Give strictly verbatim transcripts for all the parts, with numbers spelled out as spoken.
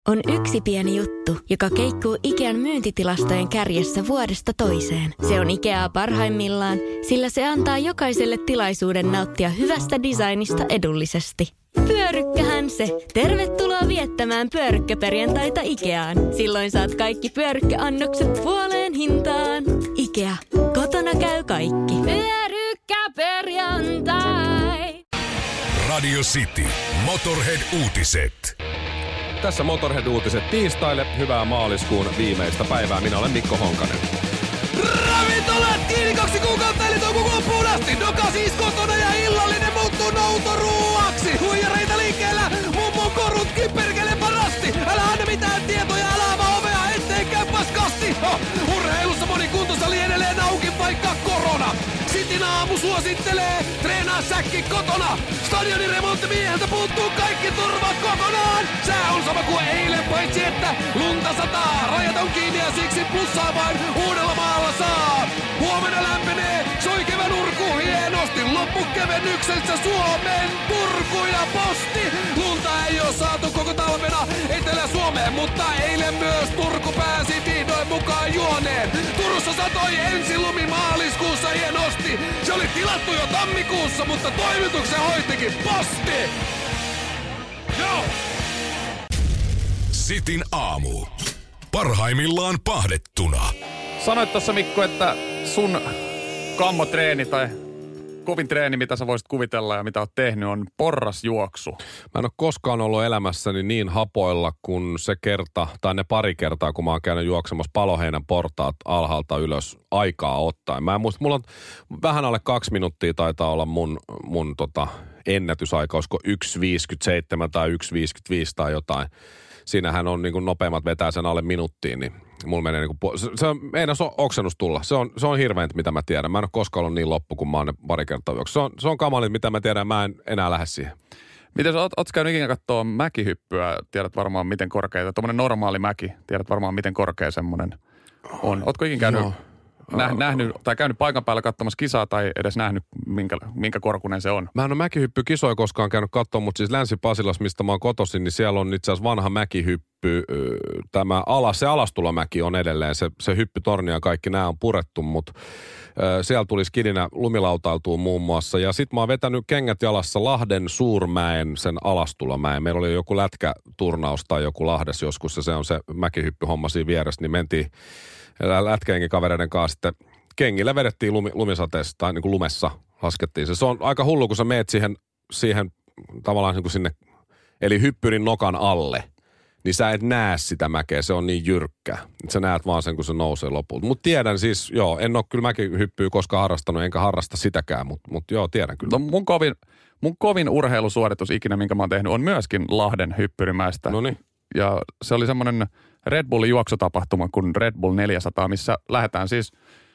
On yksi pieni juttu, joka keikkuu Ikean myyntitilastojen kärjessä vuodesta toiseen. Se on Ikeaa parhaimmillaan, sillä se antaa jokaiselle tilaisuuden nauttia hyvästä designista edullisesti. Pyörykkähän se! Tervetuloa viettämään pyörykkäperjantaita Ikeaan. Silloin saat kaikki pyörykkäannokset puoleen hintaan. Ikea. Kotona käy kaikki. Pyörykkäperjantai! Radio City. Motorhead-uutiset. Tässä Motorhead-uutiset tiistaille. Hyvää maaliskuun viimeistä päivää. Minä olen Mikko Honkanen. Ravintolat kiinni kaksi kuukautta eli toukokuun loppuun asti. Doka siis kotona ja illallinen muuttuu noutoruuaksi. Huijareita liikkeellä, mummon korutkin perkele parasti. Älä anna mitään tietoja, älä avaa ovea, ettei käy paskasti. Oh, urheilussa moni kuntosali edelleen auki vaikka korona. Sitin aamu suosittelee, treenaa säkki kotona. Stadionin remonttimieheltä puuttuu kaikki turvat kokonaan. Sää on sama kuin eilen, paitsi että lunta sataa. Rajat on kiinni ja siksi plussaa vain Uudellamaalla saa. Huomenna lämpenee, soi kevään urku hienosti. Loppukevennyksessä Suomen Turku ja Posti. Lunta ei oo saatu koko talvena Etelä-Suomeen, mutta eilen myös Turku pääsi vihdoin mukaan juoneen. Turussa satoi ensilumi maaliskuussa hienosti. Se oli tilattu jo tammikuussa, mutta toimituksen hoitikin Posti. Joo! Sitin aamu. Parhaimmillaan pahdettuna. Sanoit tossa Mikko, että sun kammotreeni tai kovin treeni, mitä sä voisit kuvitella ja mitä oot tehnyt, on porrasjuoksu. Mä en ole koskaan ollut elämässäni niin hapoilla kuin se kerta, tai ne pari kertaa, kun mä oon käynyt juoksemassa Paloheinän portaat alhaalta ylös aikaa ottaen. Mä en muista, mulla on vähän alle kaksi minuuttia taitaa olla mun, mun tota ennätysaika, olisiko yksi viisikymmentäseitsemän tai yksi viisikymmentäviisi tai jotain. Siinähän on niin kuin nopeimmat vetää sen alle minuuttiin, niin mulla menee niin kuin, se, se on, meidän oksennus tulla. Se on, se on hirveintä, mitä mä tiedän. Mä en ole koskaan ollut niin loppu, kun mä oon ne pari kertaa juoksu. Se on, se on kamalinta, mitä mä tiedän, mä en enää lähde siihen. Miten sä oot, ootko käynyt ikinä katsoa mäkihyppyä? Tiedät varmaan miten korkeita. Tuommoinen normaali mäki, tiedät varmaan miten korkea semmoinen on. Ootko ikinä käynyt, nä, nähnyt tai käynyt paikan päällä katsomassa kisaa tai edes nähnyt, minkä, minkä korkunen se on? Mä en ole mäkihyppykisoja koskaan käynyt katsomaan, mutta siis Länsi-Pasilas, mistä mä oon kotoisin, niin siellä on itse asiassa vanha mäkihyppy. Tämä alas, se Alastulomäki on edelleen, se, se hyppytorni ja kaikki nämä on purettu, mutta siellä tuli skidinä lumilautailtua muun muassa. Ja sit mä oon vetänyt kengät jalassa Lahden Suurmäen, sen Alastulomäen. Meillä oli joku lätkäturnaus tai joku Lahdes joskus ja se on se mäkihyppyhomma siinä vieressä, niin mentiin lätkäjengikavereiden kanssa sitten kengillä vedettiin lumi, lumisateessa tai niin kuin lumessa laskettiin se. Se on aika hullu, kun sä meet siihen, siihen tavallaan niin kuin sinne, eli hyppyrin nokan alle, niin sä et näe sitä mäkeä, se on niin jyrkkä. Sä näet vaan sen, kun se nousee lopulta. Mutta tiedän siis, joo, en ole kyllä mäkihyppyä koskaan harrastanut, enkä harrasta sitäkään, mutta mut joo, tiedän kyllä. No mun kovin, mun kovin urheilusuoritus ikinä, minkä mä oon tehnyt, on myöskin Lahden hyppyrimäestä. Noniin. Ja se oli semmoinen Red Bullin juoksutapahtuma kuin Red Bull neljäsataa, missä lähdetään siis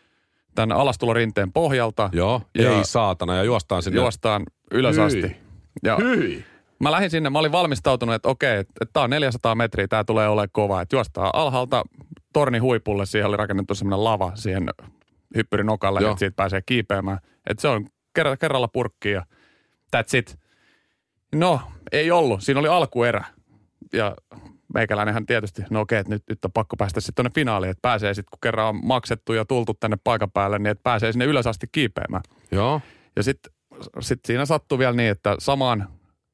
tämän alastulorinteen pohjalta. Joo, ei saatana, ja juostaan sinne. Juostaan ylös Hyi. asti. Ja Hyi. mä lähdin sinne, mä olin valmistautunut, että okei, että, että tää on neljäsataa metriä, tää tulee olemaan kova. Että juostaan alhaalta tornin huipulle, siihen oli rakennettu semmoinen lava siihen hyppyrin nokalle, Joo. että siitä pääsee kiipeämään. Että se on kerralla, kerralla purkkiin ja that's it. No, ei ollut. Siinä oli alkuerä. Ja meikäläinenhän tietysti, no okei, että nyt, nyt on pakko päästä sitten tuonne finaaliin, että pääsee sitten, kun kerran on maksettu ja tultu tänne paikan päälle, niin että pääsee sinne ylös asti kiipeämään. Joo. Ja sitten sit siinä sattui vielä niin, että samaan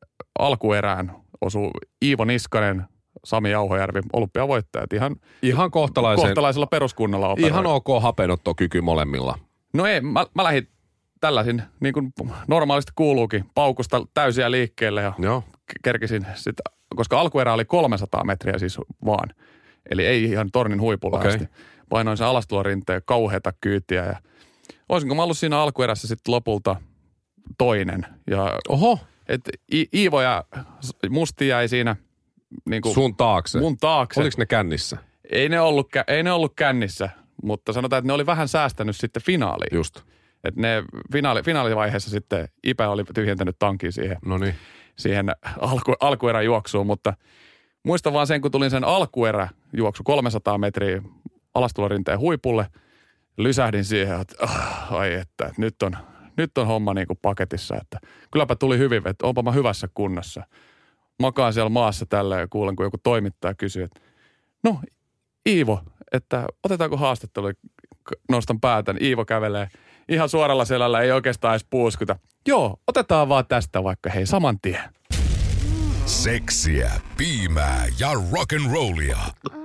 alkuerään osui Iivo Niskanen, Sami Jauhojärvi, olympiavoittajat. Ihan, Ihan kohtalaisen, kohtalaisella peruskunnalla operoi. ihan ok hapenottokyky molemmilla. No ei, mä, mä lähdin tällaisin, niin kuin normaalisti kuuluukin, paukusta täysiä liikkeelle ja Joo. kerkisin sitä, koska alkuerä oli kolmesataa metriä siis vaan. Eli ei ihan tornin huipulla Okei. asti. Painoin sen alastulorinteen kauheata kyytiä ja olisinko mä ollut siinä alkuerässä sitten lopulta toinen. Ja Oho. et I- Iivo ja Musti jäi siinä niin kuin Sun taakse. mun taakse. Oliko ne kännissä? Ei ne, ollut, kä- ei ne ollut kännissä, mutta sanotaan, että ne oli vähän säästänyt sitten finaaliin. Just. Että ne finaali, finaalivaiheessa sitten Ipä oli tyhjentänyt tankin siihen, No niin. siihen alku, alkuerän juoksuun, mutta muistan vaan sen, kun tulin sen alkuerä juoksu kolmesataa metriä alastulorinteen huipulle, lysähdin siihen, että ah, ai että, että nyt on, nyt on homma niin kuin paketissa, että kylläpä tuli hyvin, että onpa mä hyvässä kunnossa. makaan siellä maassa tällä ja kuulen, kun joku toimittaja kysyy, että no Iivo, että otetaanko haastattelu? Nostan päätän, Iivo kävelee ihan suoralla selällä, ei oikeastaan edes puuskuta. Joo, otetaan vaan tästä vaikka, hei, saman tien. Seksiä, piimää ja rock'n'rollia.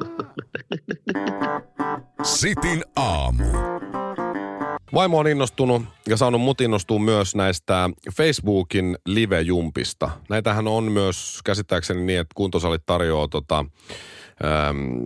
Sitin aamu. Vaimo on innostunut ja saanut mut innostua myös näistä Facebookin live-jumpista. Näitähän on myös käsittääkseni niin, että kuntosalit tarjoaa tota, äm,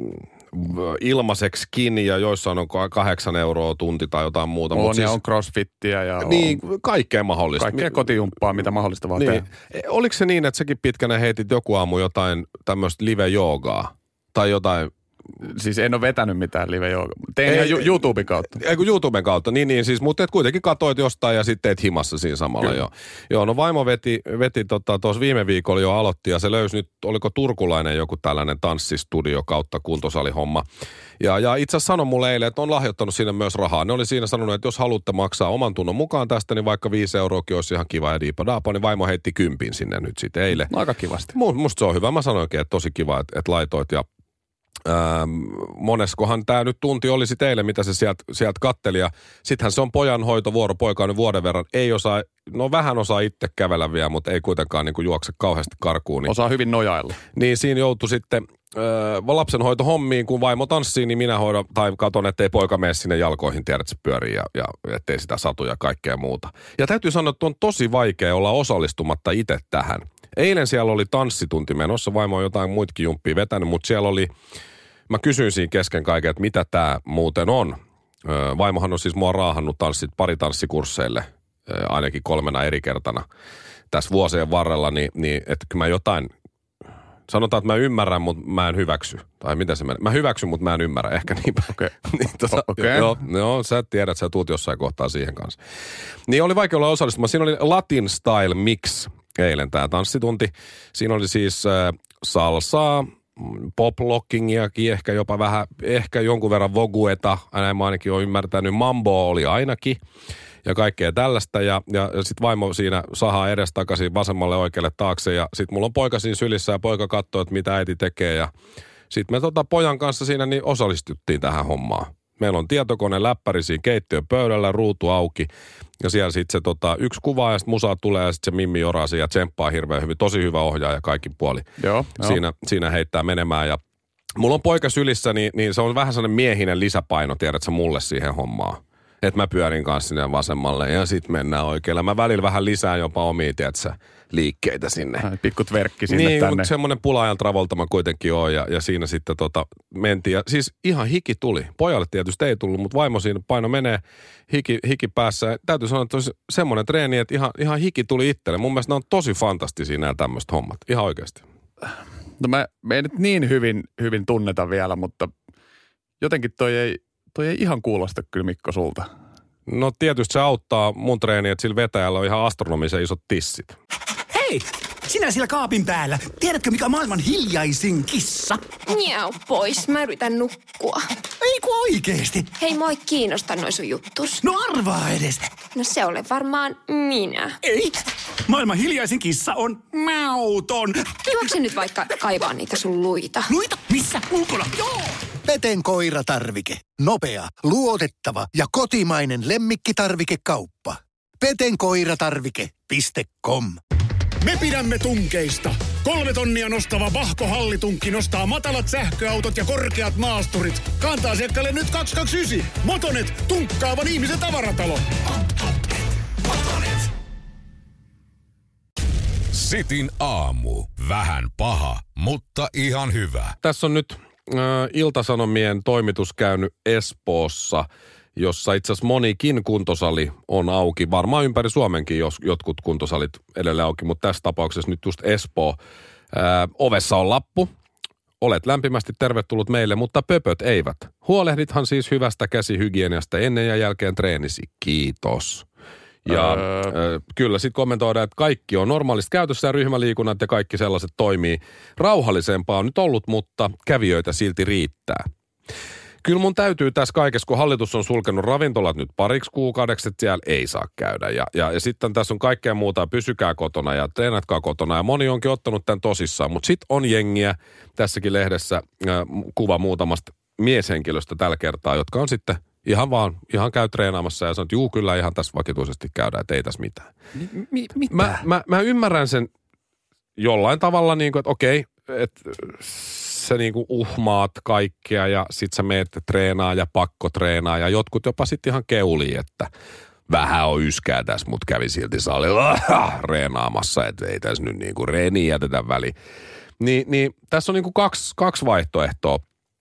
ilmaiseksikin ja joissain on kahdeksan euroa tunti tai jotain muuta. On Mut ja siis, on crossfittiä ja niin, on kaikkea mahdollista. kaikkea kotijumppaa, mitä mahdollista vaan niin. tehdä. Oliko se niin, että säkin pitkänä heitit joku aamu jotain tämmöistä live-joogaa tai jotain? Siis en ole vetänyt mitään live-joogaa. Tein Ei, ihan YouTuben kautta. Ei kun YouTuben kautta, niin niin siis, mutta et kuitenkin katoit jostain ja sitten teet himassa siinä samalla jo. Joo, no vaimo veti, veti tuossa tota, viime viikolla jo aloitti ja se löysi nyt, oliko turkulainen joku tällainen tanssistudio kautta kuntosalihomma. Ja, ja itse asiassa sanoi mulle eilen, että on lahjoittanut sinne myös rahaa. Ne oli siinä sanonut, että jos haluatte maksaa oman tunnon mukaan tästä, niin vaikka viisi euroakin olisi ihan kiva ja diipadaapa, niin vaimo heitti kympin sinne nyt sitten eilen. No, aika kivasti. Musta se on hyvä. Mä sanoinkin, että tosi kiva, että, että laitoit ja Ähm, moneskohan tämä nyt tunti olisi teille, mitä se sieltä sielt katteli. Ja sittenhän se on pojan hoitovuoro, poika on nyt vuoden verran. Ei osaa, no vähän osaa itse kävellä vielä, mutta ei kuitenkaan niin kuin juokse kauheasti karkuun. Niin, osaa hyvin nojailla. Niin siinä joutui sitten äh, lapsenhoitohommiin, kun vaimo tanssii, niin minä hoidan, tai katon, ettei poika mene sinne jalkoihin, tiedät, että se pyörii ja, ja ettei sitä satu ja kaikkea muuta. Ja täytyy sanoa, että on tosi vaikea olla osallistumatta itse tähän. Eilen siellä oli tanssitunti menossa, vaimo on jotain muitakin jumppia vetänyt, mutta siellä oli, mä kysyin siinä kesken kaiken, että mitä tämä muuten on. Vaimohan on siis mua raahannut tanssit pari tanssikursseille, ainakin kolmena eri kertana tässä vuosien varrella, niin, niin että kyllä mä jotain, sanotaan, että mä ymmärrän, mutta mä en hyväksy. Tai miten se menee? Mä hyväksyn, mutta mä en ymmärrä. Ehkä niinpä. Okei. Okay. niin, tota, okay. joo, joo, sä tiedät, sä tuut jossain kohtaa siihen kanssa. Niin oli vaikea olla osallistumaan. Siinä oli Latin Style Mix eilen tämä tanssitunti. Siinä oli siis äh, salsaa, poplockingiakin, ehkä jopa vähän, ehkä jonkun verran vogueta, näin mä ainakin olen ymmärtänyt. Mambo oli ainakin ja kaikkea tällaista. Ja, ja, ja sitten vaimo siinä sahaa edestakaisin vasemmalle oikealle taakse. Ja sitten mulla on poika siinä sylissä ja poika katsoo, että mitä äiti tekee. Ja sitten me tota pojan kanssa siinä niin osallistuttiin tähän hommaan. Meillä on tietokone, läppäri siinä keittiön pöydällä, ruutu auki. Ja siellä sitten se tota, yksi kuva ja sitten musaa tulee ja sitten se Mimmi Jorasi ja tsemppaa hirveän hyvin. Tosi hyvä ohjaaja kaikin puoli. Joo, siinä, jo. siinä heittää menemään. Ja mulla on poika sylissä, niin, niin se on vähän sellainen miehinen lisäpaino, tiedätkö, mulle siihen hommaan. Että mä pyörin kanssa sinne vasemmalle ja sitten mennään oikealle. Mä välillä vähän lisään jopa omia, tiedätkö, liikkeitä sinne. Pikkut verkki sinne niin, tänne. Niin, mutta semmoinen pula-ajan Travolta mä kuitenkin oon ja, ja siinä sitten tota mentiin. Ja siis ihan hiki tuli. Pojalle tietysti ei tullut, mutta vaimo siinä paino menee hiki, hiki päässä. Ja täytyy sanoa, että olisi semmoinen treeni, että ihan, ihan hiki tuli itselle. Mun mielestä ne on tosi fantastisia nämä tämmöiset hommat. Ihan oikeasti. No mä, me ei nyt niin hyvin, hyvin tunneta vielä, mutta jotenkin toi ei, toi ei ihan kuulosta kyllä Mikko sulta. No tietysti se auttaa mun treeni, että sillä vetäjällä on ihan astronomisen isot tissit. Hei! Sinä siellä kaapin päällä. Tiedätkö, mikä on maailman hiljaisin kissa? Miau pois, mä yritän nukkua. Ei kun oikeesti. Hei, moi kiinnosta noi sun juttus. No arvaa edes. No se olen varmaan minä. Ei. Maailman hiljaisin kissa on mauton. Juokse nyt vaikka kaivaa niitä sun luita. Luita? Missä? Ulkona? Joo! Peten koiratarvike. Nopea, luotettava ja kotimainen lemmikkitarvikekauppa. peten koiratarvike piste com. Me pidämme tunkeista. Kolme tonnia nostava Vahko Hallitunkki nostaa matalat sähköautot ja korkeat maasturit. Kantaa asiakkaalle nyt kaksi kaksi yhdeksän. Motonet, tunkkaavan ihmisen tavaratalo. Motonet. Sitin aamu. Vähän paha, mutta ihan hyvä. Tässä on nyt äh, Ilta-Sanomien toimitus käynyt Espoossa, jossa itse asiassa monikin kuntosali on auki. Varmaan ympäri Suomenkin jos jotkut kuntosalit edelleen auki, mutta tässä tapauksessa nyt just Espoo. Ää, ovessa on lappu. Olet lämpimästi tervetullut meille, mutta pöpöt eivät. Huolehdithan siis hyvästä käsihygieniasta ennen ja jälkeen treenisi. Kiitos. Ja öö. äh, kyllä sitten kommentoidaan, että kaikki on normaalisti käytössä ja ryhmäliikunnat ja kaikki sellaiset toimii. Rauhallisempaa on nyt ollut, mutta kävijöitä silti riittää. kyllä mun täytyy tässä kaikessa, kun hallitus on sulkenut ravintolat nyt pariksi kuukaudeksi, että siellä ei saa käydä. Ja, ja, ja sitten tässä on kaikkea muuta, pysykää kotona ja treenatkaa kotona. Ja moni onkin ottanut tämän tosissaan, mutta sitten on jengiä, tässäkin lehdessä äh, kuva muutamasta mieshenkilöstä tällä kertaa, jotka on sitten ihan vaan, ihan käy treenaamassa ja sanoo, että juu, kyllä ihan tässä vakituisesti käydään, että ei tässä mitään. Mi- mi- mitä? Mä, mä, mä ymmärrän sen jollain tavalla, niin kuin, että okei, että sä niin kuin uhmaat kaikkea ja sit sä meet treenaa ja pakko treenaa ja jotkut jopa sitten ihan keulii, että vähän on yskää tässä, mutta kävi silti salilla reenaamassa, että ei tässä nyt niin kuin reeniä jätetä väliin. Ni, niin tässä on niin kuin kaksi, kaksi vaihtoehtoa.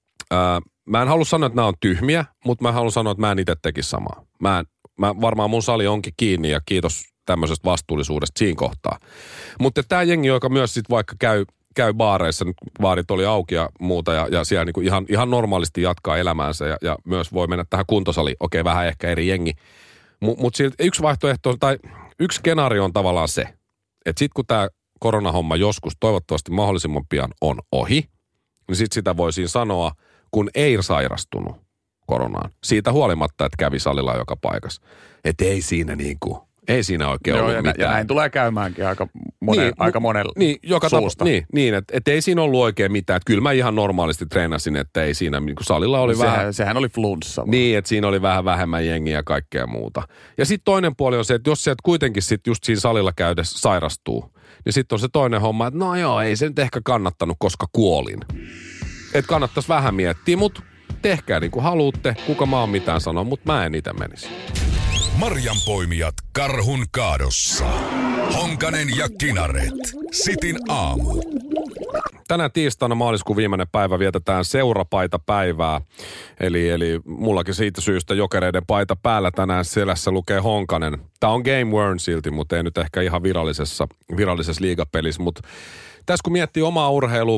Ää, mä en halua sanoa, että nämä on tyhmiä, mutta mä haluan sanoa, että mä en itse tekisi samaa. Mä, en, mä varmaan mun sali onkin kiinni ja kiitos tämmöisestä vastuullisuudesta siinä kohtaa. Mutta tämä jengi, joka myös sitten vaikka käy, käy baareissa, nyt baarit oli auki ja muuta ja, ja siellä niinku ihan, ihan normaalisti jatkaa elämäänsä ja, ja myös voi mennä tähän kuntosaliin. Okei, vähän ehkä eri jengi. Mutta mut yksi vaihtoehto tai yksi skenaario on tavallaan se, että sitten kun tämä koronahomma joskus toivottavasti mahdollisimman pian on ohi, niin sitten sitä voisiin sanoa, kun ei sairastunut koronaan. Siitä huolimatta, että kävi salilla joka paikassa. Että ei siinä niinku, ei siinä oikein Joo, ollut ja, mitään. ja näin tulee käymäänkin aika, monen, niin, aika monella niin, joka suusta. Tapa, niin, niin että et ei siinä ollut oikein mitään. Että kyllä mä ihan normaalisti treenasin, että ei siinä, niin kuin salilla oli sehän, vähän. Sehän oli flunssa. Niin, että siinä oli vähän vähemmän jengiä ja kaikkea muuta. Ja sitten toinen puoli on se, että jos sieltä kuitenkin sit just siinä salilla käydessä sairastuu, niin sitten on se toinen homma, että no joo, ei se nyt ehkä kannattanut, koska kuolin. Että kannattaisi vähän miettiä, mutta tehkää niin kuin haluatte, kuka mä oon mitään sanoa, mutta mä en itse menisi. Marjanpoimijat karhun kaadossa. Honkanen ja Kinaret. Sitin aamu. Tänään tiistaina maaliskuun viimeinen päivä vietetään seurapaitapäivää. Eli, eli mullakin siitä syystä Jokereiden paita päällä tänään selässä lukee Honkanen. Tää on game worn silti, mutta ei nyt ehkä ihan virallisessa, virallisessa liigapelissä. Mutta tässä kun miettii omaa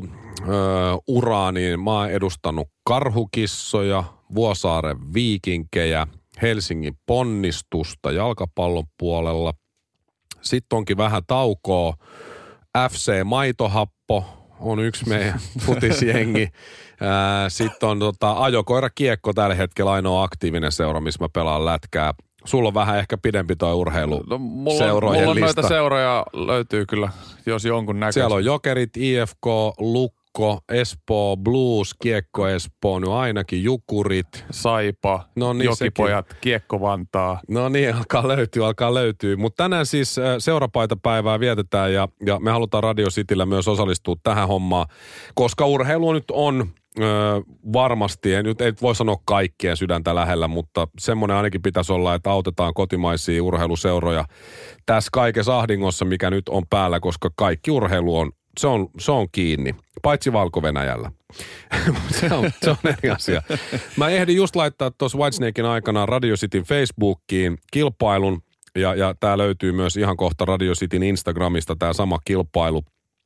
urheiluuraa, niin mä oon edustanut Karhukissoja, Vuosaaren Viikinkejä, Helsingin Ponnistusta jalkapallon puolella. Sitten onkin vähän taukoa. F C Maitohappo on yksi meidän futisjengi. Sitten on tota, Ajokoira Kiekko tällä hetkellä ainoa aktiivinen seura, missä mä pelaan lätkää. Sulla on vähän ehkä pidempi toi urheilu no, mulla, seurojen mulla on lista. noita seuroja löytyy kyllä, jos jonkun näköistä. Siellä on Jokerit, I F K, Lukko, Espoo, Blues, Kiekko Espoo, nyt ainakin Jukurit. Saipa, no niin, Jokipojat, sekin. Kiekko Vantaa. No niin, alkaa löytyä, alkaa löytyä. Mutta tänään siis seurapaitapäivää vietetään ja, ja me halutaan Radio Cityllä myös osallistua tähän hommaan, koska urheilu nyt on ö, varmasti, en nyt ei voi sanoa kaikkien sydäntä lähellä, mutta semmoinen ainakin pitäisi olla, että autetaan kotimaisia urheiluseuroja tässä kaikessa ahdingossa, mikä nyt on päällä, koska kaikki urheilu on Se on, se on kiinni, paitsi Valko-Venäjällä. se, on, se on eri asia. Mä ehdin just laittaa tuossa Whitesnaken aikana Radio Cityn Facebookiin kilpailun, ja, ja tää löytyy myös ihan kohta Radio Cityn Instagramista tää sama kilpailu.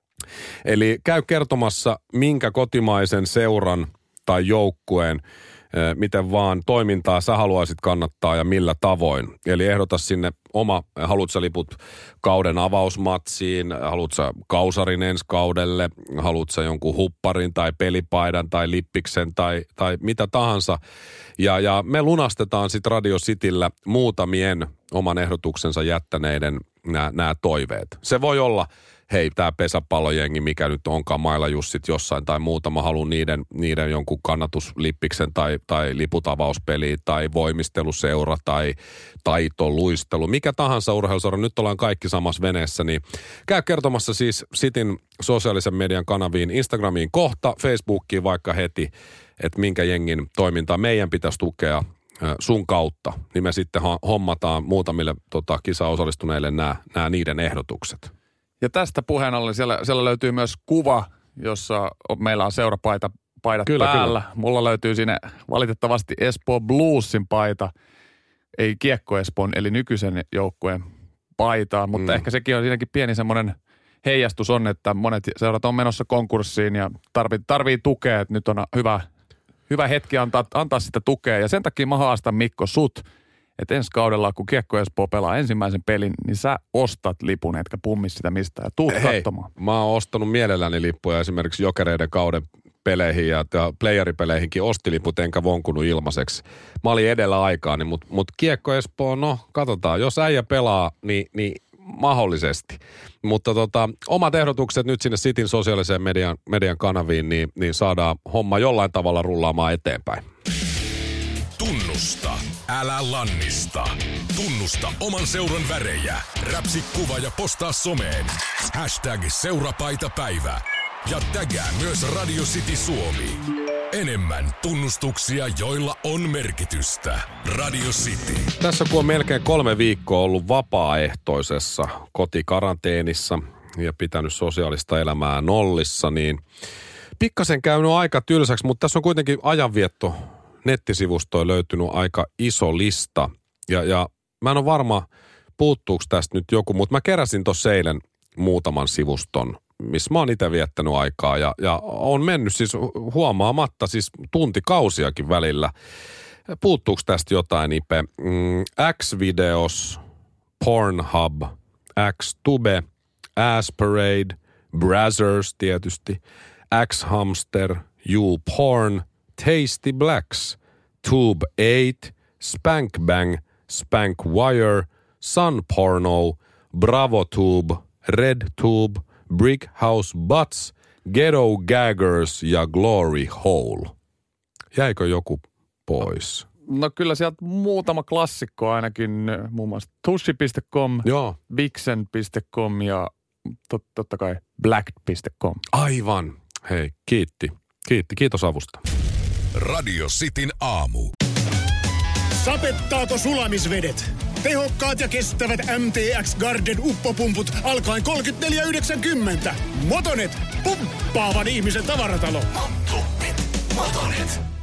Eli käy kertomassa, minkä kotimaisen seuran tai joukkueen, miten vaan toimintaa sä haluaisit kannattaa ja millä tavoin. Eli ehdota sinne oma, haluat sä liput kauden avausmatsiin, haluat sä kausarin ensi kaudelle, haluat sä jonkun hupparin tai pelipaidan tai lippiksen tai, tai mitä tahansa. Ja, ja me lunastetaan sitten Radio Cityllä muutamien oman ehdotuksensa jättäneiden nämä toiveet. Se voi olla, hei, tämä pesäpallojengi, mikä nyt onkaan Maila Jussit jossain tai muuta, mä haluan niiden, niiden jonkun kannatuslippiksen tai, tai liputavauspeli tai voimisteluseura tai taitoluistelu, mikä tahansa urheiluseura, nyt ollaan kaikki samassa veneessä, niin käy kertomassa siis Cityn sosiaalisen median kanaviin, Instagramiin kohta, Facebookiin vaikka heti, että minkä jengin toimintaa meidän pitäisi tukea sun kautta, niin me sitten hommataan muutamille tota, kisaan osallistuneille nämä, nämä niiden ehdotukset. Ja tästä puheen ollen siellä, siellä löytyy myös kuva, jossa meillä on seurapaita paidat kyllä, päällä. Kyllä. Mulla löytyy siinä valitettavasti Espoo Bluesin paita, ei Kiekko Espoon eli nykyisen joukkueen paitaa, mutta mm. ehkä sekin on siinäkin pieni semmoinen heijastus on, että monet seurat on menossa konkurssiin ja tarvii, tarvii tukea, että nyt on hyvä, hyvä hetki antaa, antaa sitä tukea. Ja sen takia mä haastan Mikko sut, että ensi kaudella, kun Kiekko Espoo pelaa ensimmäisen pelin, niin sä ostat lipun, etkä pummi sitä mistään ja tuut Hei, katsomaan. Mä oon ostanut mielelläni lippuja esimerkiksi Jokereiden kauden Magic-peleihin ja, ja playeripeleihinkin osti liput enkä vonkunut ilmaiseksi. Mä olin edellä aikaa, niin, mutta mut Kiekko Espoo, no katsotaan. Jos äijä pelaa, niin, niin mahdollisesti. Mutta tota, omat ehdotukset nyt sinne Cityn sosiaaliseen median, median kanaviin, niin, niin saadaan homma jollain tavalla rullaamaan eteenpäin. Tunnusta, älä lannista. Tunnusta oman seuran värejä. Räpsi kuva ja postaa someen. Hashtag seurapaitapäivä. Ja tägää myös Radio City Suomi. Enemmän tunnustuksia, joilla on merkitystä. Radio City. Tässä kun on melkein kolme viikkoa ollut vapaaehtoisessa kotikaranteenissa ja pitänyt sosiaalista elämää nollissa, niin pikkasen käynyt aika tylsäksi, mutta tässä on kuitenkin ajanvietto nettisivustoja löytynyt aika iso lista. Ja, ja mä en ole varma, puuttuuko tästä nyt joku, mutta mä keräsin tuossa eilen muutaman sivuston, missä mä oon itse viettänyt aikaa ja, ja on mennyt siis huomaamatta siis tuntikausiakin välillä. Puuttuuko tästä jotain, Ipe? Mm, X-Videos, Pornhub, X-Tube, Asparade, Brazzers tietysti, X-Hamster, YouPorn, Tasty Blacks, Tube eight, Spank Bang, Spank Wire, Sun Porno, BravoTube, RedTube, Brick House Butts, Ghetto Gaggers ja Glory Hole. Jäikö joku pois? No kyllä sieltä muutama klassikko ainakin, muun muassa tushi piste com, Joo. vixen piste com ja tot, totta kai black piste com. Aivan. Hei, kiitti. Kiitti. Kiitos avusta. Radio Cityn aamu. Sapettaako sulamisvedet? Tehokkaat ja kestävät M T X Garden uppopumput alkaen kolmekymmentäneljä yhdeksänkymmentä. Motonet, pumppaavan ihmisen tavaratalo. Motonet, Motonet.